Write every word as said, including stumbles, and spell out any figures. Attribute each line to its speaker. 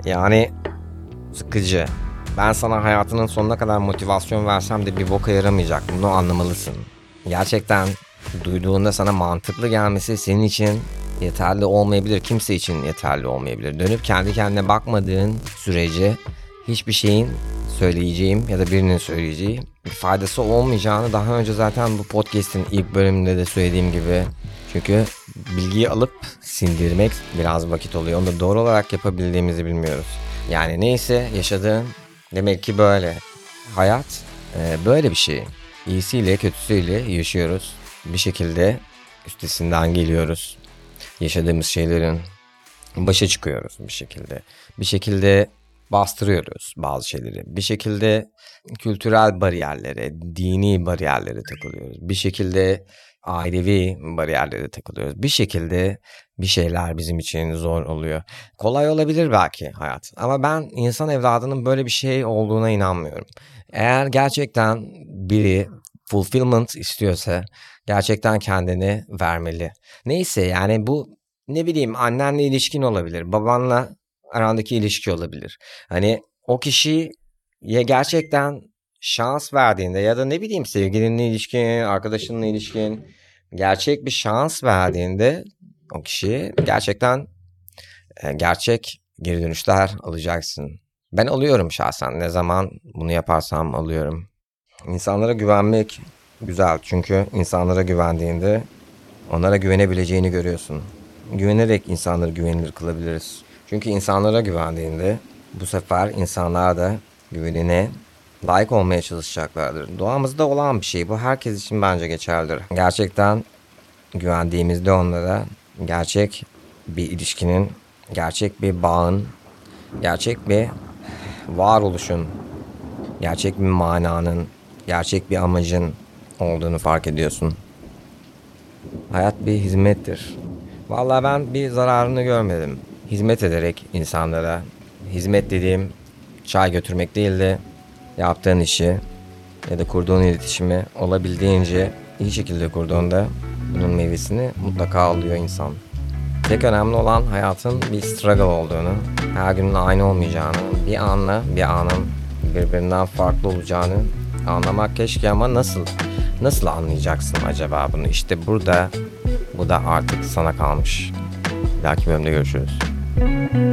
Speaker 1: Yani sıkıcı. Ben sana hayatının sonuna kadar motivasyon versem de bir boka yaramayacak. Bunu anlamalısın. Gerçekten duyduğunda sana mantıklı gelmesi senin için yeterli olmayabilir. Kimse için yeterli olmayabilir. Dönüp kendi kendine bakmadığın sürece hiçbir şeyin söyleyeceğim ya da birinin söyleyeceği bir faydası olmayacağını daha önce zaten bu podcast'in ilk bölümünde de söylediğim gibi. Çünkü bilgiyi alıp sindirmek biraz vakit oluyor. Onu da doğru olarak yapabildiğimizi bilmiyoruz. Yani neyse yaşadığın demek ki böyle. Hayat e, böyle bir şey. İyisiyle kötüsüyle yaşıyoruz. Bir şekilde üstesinden geliyoruz. Yaşadığımız şeylerin başa çıkıyoruz bir şekilde. Bir şekilde bastırıyoruz bazı şeyleri. Bir şekilde kültürel bariyerlere, dini bariyerlere takılıyoruz. Bir şekilde ailevi bariyerlere takılıyoruz. Bir şekilde bir şeyler bizim için zor oluyor. Kolay olabilir belki hayat. Ama ben insan evladının böyle bir şey olduğuna inanmıyorum. Eğer gerçekten biri fulfillment istiyorsa gerçekten kendini vermeli. Neyse yani bu ne bileyim annenle ilişkin olabilir. Babanla arandaki ilişki olabilir. Hani o kişiye gerçekten şans verdiğinde ya da ne bileyim sevgilinle ilişkin, arkadaşınla ilişkin gerçek bir şans verdiğinde o kişiye gerçekten e, gerçek geri dönüşler alacaksın. Ben alıyorum şahsen. Ne zaman bunu yaparsam alıyorum. İnsanlara güvenmek güzel. Çünkü insanlara güvendiğinde onlara güvenebileceğini görüyorsun. Güvenerek insanları güvenilir kılabiliriz. Çünkü insanlara güvendiğinde bu sefer insanlar da güvenine layık olmaya çalışacaklardır. Doğamızda olan bir şey bu. Herkes için bence geçerlidir. Gerçekten güvendiğimizde onlara gerçek bir ilişkinin, gerçek bir bağın, gerçek bir varoluşun, gerçek bir mananın, gerçek bir amacın olduğunu fark ediyorsun. Hayat bir hizmettir. Vallahi ben bir zararını görmedim. Hizmet ederek insanlara, hizmet dediğim çay götürmek değil de yaptığın işi ya da kurduğun iletişimi olabildiğince iyi şekilde kurduğunda bunun meyvesini mutlaka alıyor insan. Tek önemli olan hayatın bir struggle olduğunu, her günün aynı olmayacağını, bir anla bir anın birbirinden farklı olacağını anlamak keşke ama nasıl? Nasıl anlayacaksın acaba bunu? İşte burada, bu da artık sana kalmış. Belki bölümde görüşürüz.